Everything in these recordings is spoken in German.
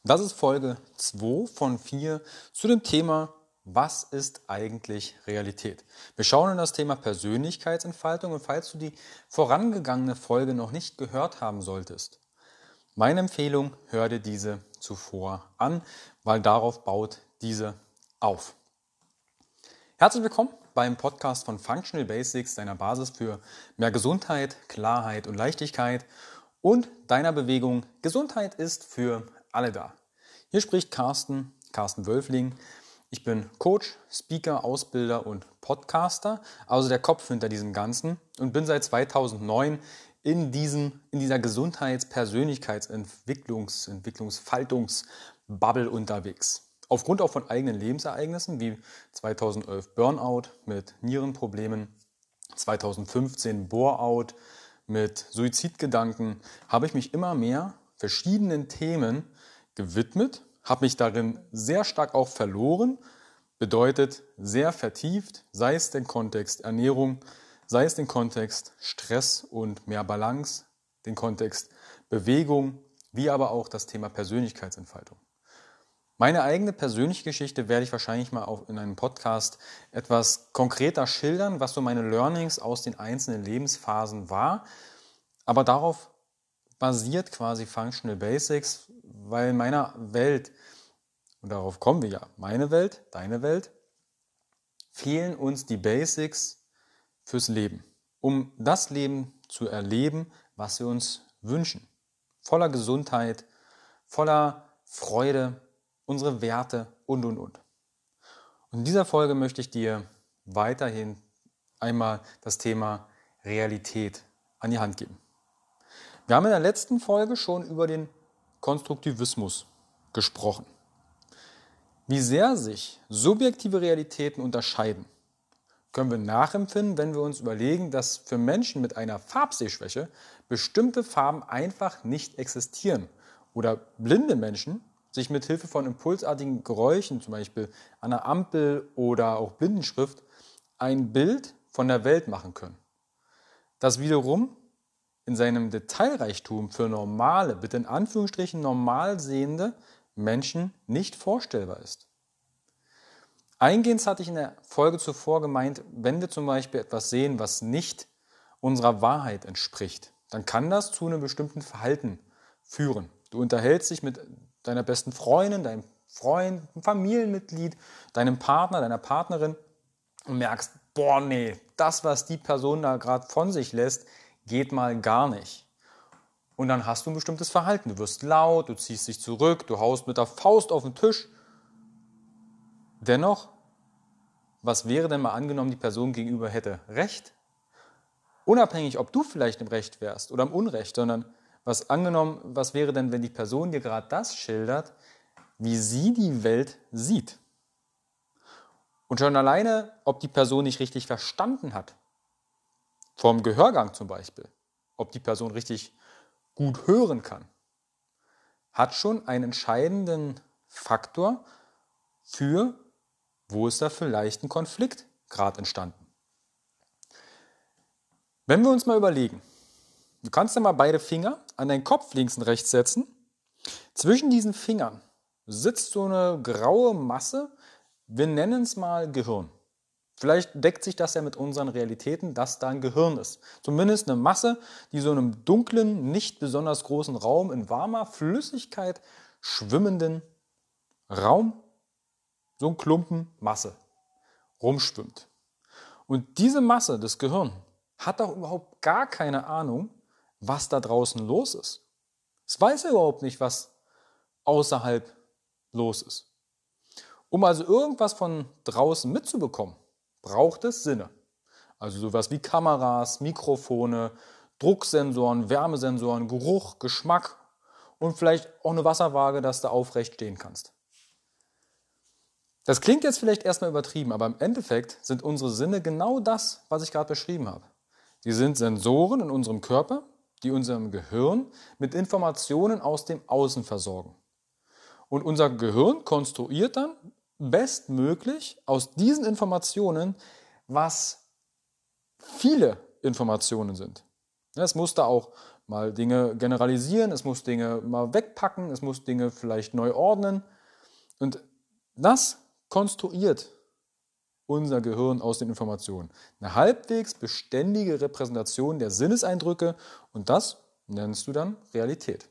Das ist Folge 2 von 4 zu dem Thema, was ist eigentlich Realität? Wir schauen in das Thema Persönlichkeitsentfaltung und falls du die vorangegangene Folge noch nicht gehört haben solltest, meine Empfehlung, hör dir diese zuvor an, weil darauf baut diese auf. Herzlich willkommen beim Podcast von Functional Basics, deiner Basis für mehr Gesundheit, Klarheit und Leichtigkeit und deiner Bewegung. Gesundheit ist für alle da. Hier spricht Carsten Wölfling. Ich bin Coach, Speaker, Ausbilder und Podcaster, also der Kopf hinter diesem Ganzen und bin seit 2009 in dieser Entwicklungsfaltungsbubble unterwegs. Aufgrund auch von eigenen Lebensereignissen wie 2011 Burnout mit Nierenproblemen, 2015 Bore-out mit Suizidgedanken habe ich mich immer mehr verschiedenen Themen gewidmet, habe mich darin sehr stark auch verloren, bedeutet sehr vertieft, sei es den Kontext Ernährung, sei es den Kontext Stress und mehr Balance, den Kontext Bewegung, wie aber auch das Thema Persönlichkeitsentfaltung. Meine eigene persönliche Geschichte werde ich wahrscheinlich mal auch in einem Podcast etwas konkreter schildern, was so meine Learnings aus den einzelnen Lebensphasen war. Aber darauf basiert quasi Functional Basics, weil in meiner Welt, und darauf kommen wir ja, meine Welt, deine Welt, fehlen uns die Basics fürs Leben, um das Leben zu erleben, was wir uns wünschen. Voller Gesundheit, voller Freude, unsere Werte und. Und in dieser Folge möchte ich dir weiterhin einmal das Thema Realität an die Hand geben. Wir haben in der letzten Folge schon über den Konstruktivismus gesprochen. Wie sehr sich subjektive Realitäten unterscheiden, können wir nachempfinden, wenn wir uns überlegen, dass für Menschen mit einer Farbsehschwäche bestimmte Farben einfach nicht existieren oder blinde Menschen sich mit Hilfe von impulsartigen Geräuschen, zum Beispiel an der Ampel oder auch Blindenschrift, ein Bild von der Welt machen können. Das wiederum in seinem Detailreichtum für normale, bitte in Anführungsstrichen normal sehende Menschen nicht vorstellbar ist. Eingehend hatte ich in der Folge zuvor gemeint, wenn wir zum Beispiel etwas sehen, was nicht unserer Wahrheit entspricht, dann kann das zu einem bestimmten Verhalten führen. Du unterhältst dich mit deiner besten Freundin, deinem Freund, einem Familienmitglied, deinem Partner, deiner Partnerin und merkst, boah, nee, das, was die Person da gerade von sich lässt, geht mal gar nicht. Und dann hast du ein bestimmtes Verhalten. Du wirst laut, du ziehst dich zurück, du haust mit der Faust auf den Tisch. Dennoch, was wäre denn mal angenommen, die Person gegenüber hätte Recht? Unabhängig, ob du vielleicht im Recht wärst oder im Unrecht, sondern was wäre denn, wenn die Person dir gerade das schildert, wie sie die Welt sieht? Und schon alleine, ob die Person nicht richtig verstanden hat, vom Gehörgang zum Beispiel, ob die Person richtig gut hören kann, hat schon einen entscheidenden Faktor für, wo ist da vielleicht ein Konflikt gerade entstanden. Wenn wir uns mal überlegen, du kannst ja mal beide Finger an deinen Kopf links und rechts setzen. Zwischen diesen Fingern sitzt so eine graue Masse, wir nennen es mal Gehirn. Vielleicht deckt sich das ja mit unseren Realitäten, dass da ein Gehirn ist. Zumindest eine Masse, die so in einem dunklen, nicht besonders großen Raum in warmer Flüssigkeit schwimmenden Raum, so ein Klumpen Masse, rumschwimmt. Und diese Masse, das Gehirn, hat auch überhaupt gar keine Ahnung, was da draußen los ist. Es weiß ja überhaupt nicht, was außerhalb los ist. Um also irgendwas von draußen mitzubekommen, braucht es Sinne. Also sowas wie Kameras, Mikrofone, Drucksensoren, Wärmesensoren, Geruch, Geschmack und vielleicht auch eine Wasserwaage, dass du aufrecht stehen kannst. Das klingt jetzt vielleicht erstmal übertrieben, aber im Endeffekt sind unsere Sinne genau das, was ich gerade beschrieben habe. Sie sind Sensoren in unserem Körper, die unserem Gehirn mit Informationen aus dem Außen versorgen. Und unser Gehirn konstruiert dann bestmöglich aus diesen Informationen, was viele Informationen sind. Es muss da auch mal Dinge generalisieren, es muss Dinge mal wegpacken, es muss Dinge vielleicht neu ordnen. Und das konstruiert unser Gehirn aus den Informationen. Eine halbwegs beständige Repräsentation der Sinneseindrücke und das nennst du dann Realität.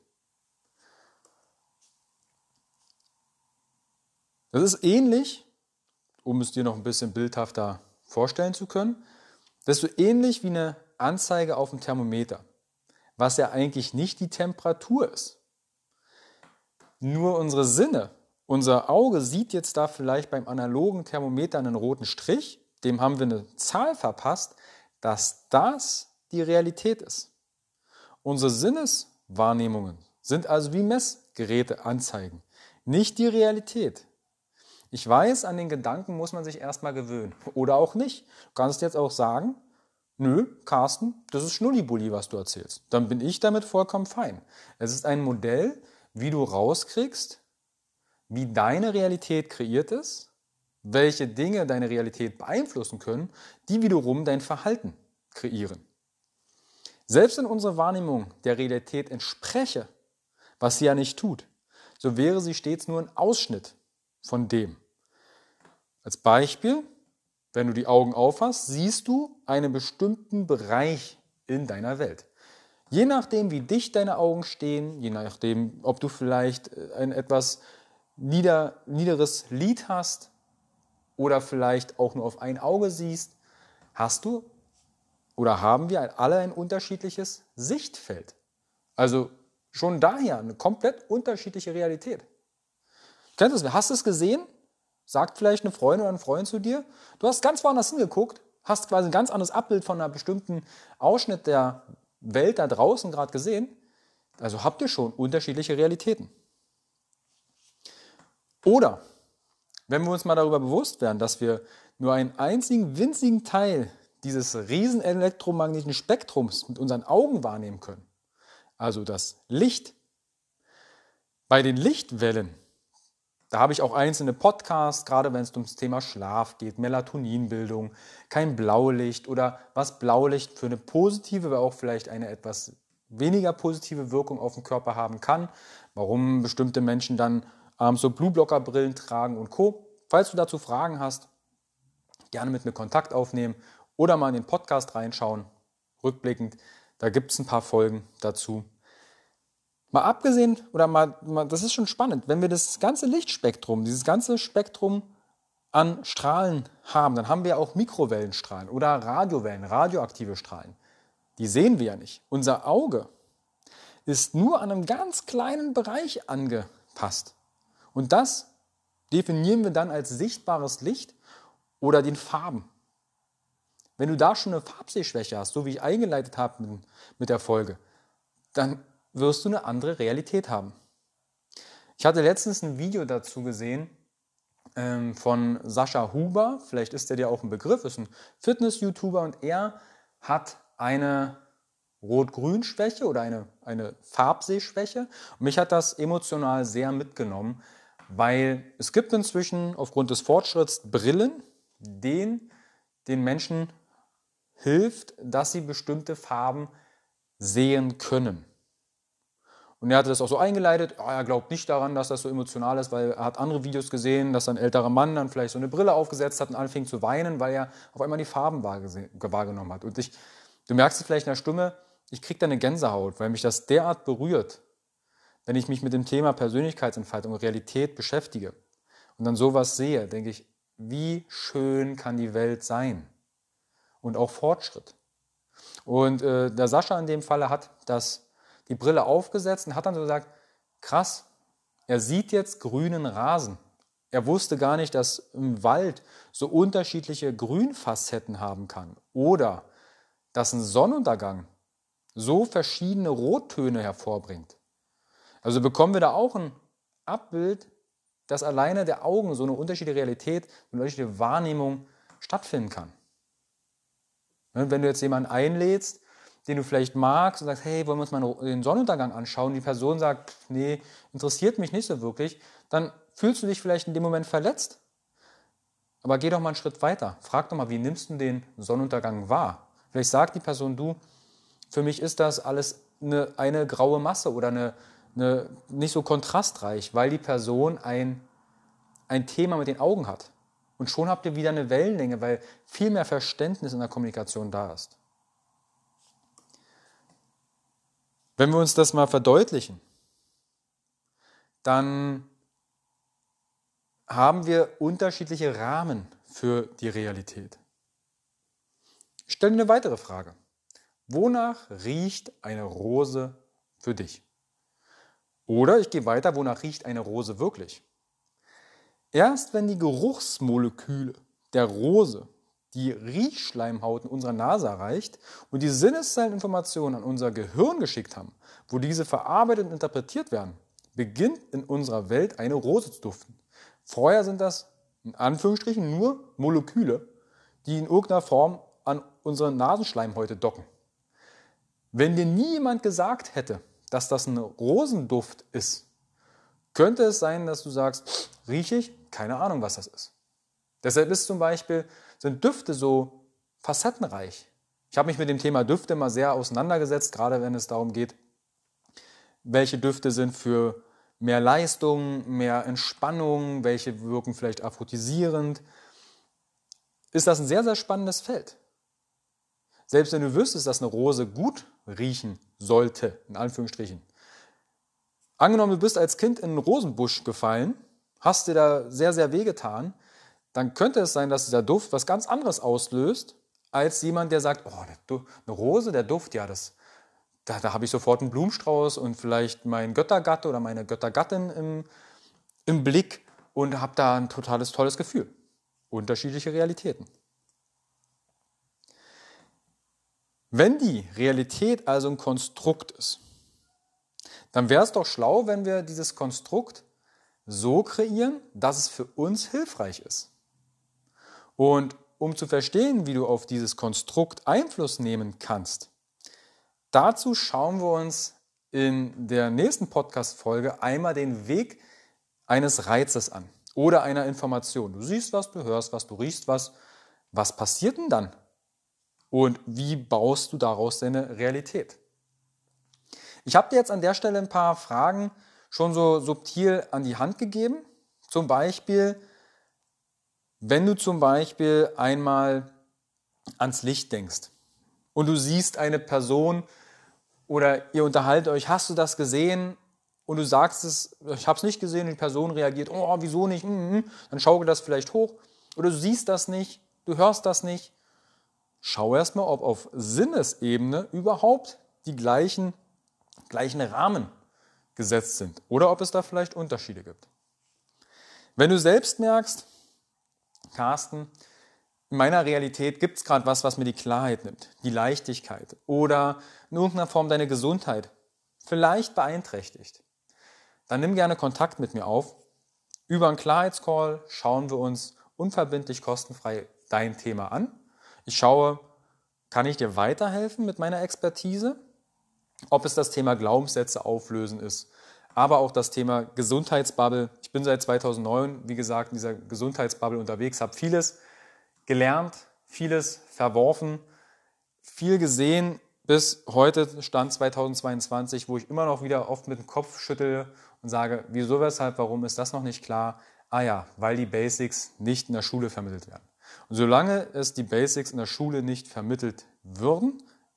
Das ist ähnlich, um es dir noch ein bisschen bildhafter vorstellen zu können, das ist so ähnlich wie eine Anzeige auf dem Thermometer, was ja eigentlich nicht die Temperatur ist. Nur unsere Sinne, unser Auge sieht jetzt da vielleicht beim analogen Thermometer einen roten Strich, dem haben wir eine Zahl verpasst, dass das die Realität ist. Unsere Sinneswahrnehmungen sind also wie Messgeräte anzeigen, nicht die Realität. Ich weiß, an den Gedanken muss man sich erstmal gewöhnen. Oder auch nicht. Du kannst jetzt auch sagen, nö, Carsten, das ist Schnullibulli, was du erzählst. Dann bin ich damit vollkommen fein. Es ist ein Modell, wie du rauskriegst, wie deine Realität kreiert ist, welche Dinge deine Realität beeinflussen können, die wiederum dein Verhalten kreieren. Selbst wenn unsere Wahrnehmung der Realität entspreche, was sie ja nicht tut, so wäre sie stets nur ein Ausschnitt von dem. Als Beispiel, wenn du die Augen aufhast, siehst du einen bestimmten Bereich in deiner Welt. Je nachdem, wie dicht deine Augen stehen, je nachdem, ob du vielleicht ein etwas niederes Lid hast oder vielleicht auch nur auf ein Auge siehst, hast du oder haben wir alle ein unterschiedliches Sichtfeld. Also schon daher eine komplett unterschiedliche Realität. Kennst du es? Hast du es gesehen? Sagt vielleicht eine Freundin oder ein Freund zu dir, du hast ganz woanders hingeguckt, hast quasi ein ganz anderes Abbild von einer bestimmten Ausschnitt der Welt da draußen gerade gesehen. Also habt ihr schon unterschiedliche Realitäten. Oder, wenn wir uns mal darüber bewusst werden, dass wir nur einen einzigen winzigen Teil dieses riesen elektromagnetischen Spektrums mit unseren Augen wahrnehmen können, also das Licht. Bei den Lichtwellen, da habe ich auch einzelne Podcasts, gerade wenn es ums Thema Schlaf geht, Melatoninbildung, kein Blaulicht oder was Blaulicht für eine positive, aber auch vielleicht eine etwas weniger positive Wirkung auf den Körper haben kann, warum bestimmte Menschen dann abends so Blueblocker-Brillen tragen und Co. Falls du dazu Fragen hast, gerne mit mir Kontakt aufnehmen oder mal in den Podcast reinschauen, rückblickend, da gibt es ein paar Folgen dazu. Mal abgesehen, das ist schon spannend, wenn wir das ganze Lichtspektrum, dieses ganze Spektrum an Strahlen haben, dann haben wir auch Mikrowellenstrahlen oder Radiowellen, radioaktive Strahlen. Die sehen wir ja nicht. Unser Auge ist nur an einem ganz kleinen Bereich angepasst. Und das definieren wir dann als sichtbares Licht oder den Farben. Wenn du da schon eine Farbsehschwäche hast, so wie ich eingeleitet habe mit der Folge, dann wirst du eine andere Realität haben. Ich hatte letztens ein Video dazu gesehen von Sascha Huber, vielleicht ist der dir auch ein Begriff, ist ein Fitness-YouTuber und er hat eine Rot-Grün-Schwäche oder eine Farbsehschwäche. Und mich hat das emotional sehr mitgenommen, weil es gibt inzwischen aufgrund des Fortschritts Brillen, denen den Menschen hilft, dass sie bestimmte Farben sehen können. Und er hatte das auch so eingeleitet, er glaubt nicht daran, dass das so emotional ist, weil er hat andere Videos gesehen, dass ein älterer Mann dann vielleicht so eine Brille aufgesetzt hat und anfing zu weinen, weil er auf einmal die Farben wahrgenommen hat. Und du merkst es vielleicht in der Stimme, ich kriege da eine Gänsehaut, weil mich das derart berührt, wenn ich mich mit dem Thema Persönlichkeitsentfaltung und Realität beschäftige und dann sowas sehe, denke ich, wie schön kann die Welt sein und auch Fortschritt. Und der Sascha in dem Falle hat die Brille aufgesetzt und hat dann so gesagt, krass, er sieht jetzt grünen Rasen. Er wusste gar nicht, dass im Wald so unterschiedliche Grünfacetten haben kann oder dass ein Sonnenuntergang so verschiedene Rottöne hervorbringt. Also bekommen wir da auch ein Abbild, dass alleine der Augen so eine unterschiedliche Realität, eine unterschiedliche Wahrnehmung stattfinden kann. Wenn du jetzt jemanden einlädst, den du vielleicht magst und sagst, hey, wollen wir uns mal den Sonnenuntergang anschauen, die Person sagt, nee, interessiert mich nicht so wirklich, dann fühlst du dich vielleicht in dem Moment verletzt. Aber geh doch mal einen Schritt weiter. Frag doch mal, wie nimmst du den Sonnenuntergang wahr? Vielleicht sagt die Person, du, für mich ist das alles eine graue Masse oder eine nicht so kontrastreich, weil die Person ein Thema mit den Augen hat. Und schon habt ihr wieder eine Wellenlänge, weil viel mehr Verständnis in der Kommunikation da ist. Wenn wir uns das mal verdeutlichen, dann haben wir unterschiedliche Rahmen für die Realität. Ich stelle eine weitere Frage. Wonach riecht eine Rose für dich? Oder ich gehe weiter, wonach riecht eine Rose wirklich? Erst wenn die Geruchsmoleküle der Rose die Riechschleimhaut in unserer Nase erreicht und die Sinneszelleninformationen an unser Gehirn geschickt haben, wo diese verarbeitet und interpretiert werden, beginnt in unserer Welt eine Rose zu duften. Vorher sind das in Anführungsstrichen nur Moleküle, die in irgendeiner Form an unsere Nasenschleimhäute docken. Wenn dir nie jemand gesagt hätte, dass das ein Rosenduft ist, könnte es sein, dass du sagst, rieche ich? Keine Ahnung, was das ist. Deshalb sind Düfte so facettenreich. Ich habe mich mit dem Thema Düfte mal sehr auseinandergesetzt, gerade wenn es darum geht, welche Düfte sind für mehr Leistung, mehr Entspannung, welche wirken vielleicht aphrodisierend. Ist das ein sehr, sehr spannendes Feld. Selbst wenn du wüsstest, dass eine Rose gut riechen sollte, in Anführungsstrichen. Angenommen, du bist als Kind in einen Rosenbusch gefallen, hast dir da sehr, sehr wehgetan, dann könnte es sein, dass dieser Duft was ganz anderes auslöst, als jemand, der sagt, oh, eine Rose, der Duft, ja, da habe ich sofort einen Blumenstrauß und vielleicht meinen Göttergatte oder meine Göttergattin im Blick und habe da ein totales, tolles Gefühl. Unterschiedliche Realitäten. Wenn die Realität also ein Konstrukt ist, dann wäre es doch schlau, wenn wir dieses Konstrukt so kreieren, dass es für uns hilfreich ist. Und um zu verstehen, wie du auf dieses Konstrukt Einfluss nehmen kannst, dazu schauen wir uns in der nächsten Podcast-Folge einmal den Weg eines Reizes an oder einer Information. Du siehst was, du hörst was, du riechst was. Was passiert denn dann? Und wie baust du daraus deine Realität? Ich habe dir jetzt an der Stelle ein paar Fragen schon so subtil an die Hand gegeben. Zum Beispiel, wenn du zum Beispiel einmal ans Licht denkst und du siehst eine Person oder ihr unterhaltet euch, hast du das gesehen? Und du sagst es, ich habe es nicht gesehen, und die Person reagiert, oh, wieso nicht? Dann schaukel das vielleicht hoch. Oder du siehst das nicht, du hörst das nicht. Schau erstmal, ob auf Sinnesebene überhaupt die gleichen Rahmen gesetzt sind oder ob es da vielleicht Unterschiede gibt. Wenn du selbst merkst, Carsten, in meiner Realität gibt es gerade was mir die Klarheit nimmt, die Leichtigkeit oder in irgendeiner Form deine Gesundheit vielleicht beeinträchtigt, dann nimm gerne Kontakt mit mir auf. Über einen Klarheitscall schauen wir uns unverbindlich kostenfrei dein Thema an. Ich schaue, kann ich dir weiterhelfen mit meiner Expertise? Ob es das Thema Glaubenssätze auflösen ist, aber auch das Thema Gesundheitsbubble. Ich bin seit 2009, wie gesagt, in dieser Gesundheitsbubble unterwegs, habe vieles gelernt, vieles verworfen, viel gesehen bis heute, Stand 2022, wo ich immer noch wieder oft mit dem Kopf schüttle und sage, wieso, weshalb, warum ist das noch nicht klar? Ah ja, weil die Basics nicht in der Schule vermittelt werden. Und solange es die Basics in der Schule nicht vermittelt werden,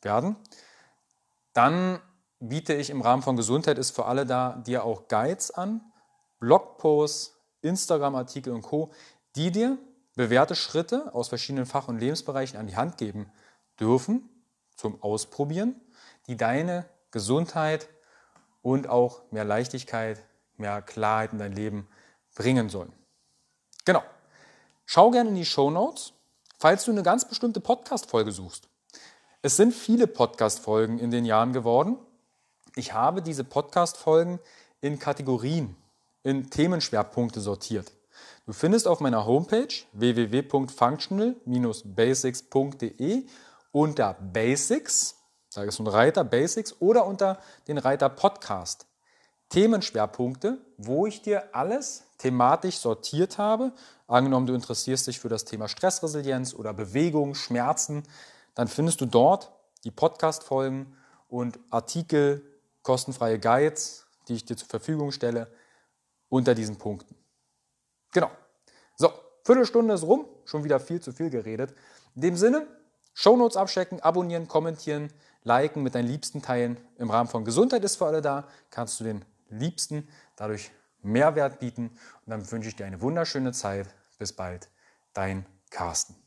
dann biete ich im Rahmen von Gesundheit ist für alle da dir auch Guides an, Blogposts, Instagram-Artikel und Co., die dir bewährte Schritte aus verschiedenen Fach- und Lebensbereichen an die Hand geben dürfen zum Ausprobieren, die deine Gesundheit und auch mehr Leichtigkeit, mehr Klarheit in dein Leben bringen sollen. Genau. Schau gerne in die Shownotes, falls du eine ganz bestimmte Podcast-Folge suchst. Es sind viele Podcast-Folgen in den Jahren geworden. Ich habe diese Podcast-Folgen in Kategorien, in Themenschwerpunkte sortiert. Du findest auf meiner Homepage www.functional-basics.de unter Basics, da ist ein Reiter Basics, oder unter den Reiter Podcast Themenschwerpunkte, wo ich dir alles thematisch sortiert habe. Angenommen, du interessierst dich für das Thema Stressresilienz oder Bewegung, Schmerzen, dann findest du dort die Podcast-Folgen und Artikel, kostenfreie Guides, die ich dir zur Verfügung stelle, unter diesen Punkten. Genau. So, Viertelstunde ist rum, schon wieder viel zu viel geredet. In dem Sinne, Shownotes abchecken, abonnieren, kommentieren, liken, mit deinen Liebsten teilen. Im Rahmen von Gesundheit ist für alle da, kannst du den Liebsten dadurch Mehrwert bieten. Und dann wünsche ich dir eine wunderschöne Zeit. Bis bald, dein Carsten.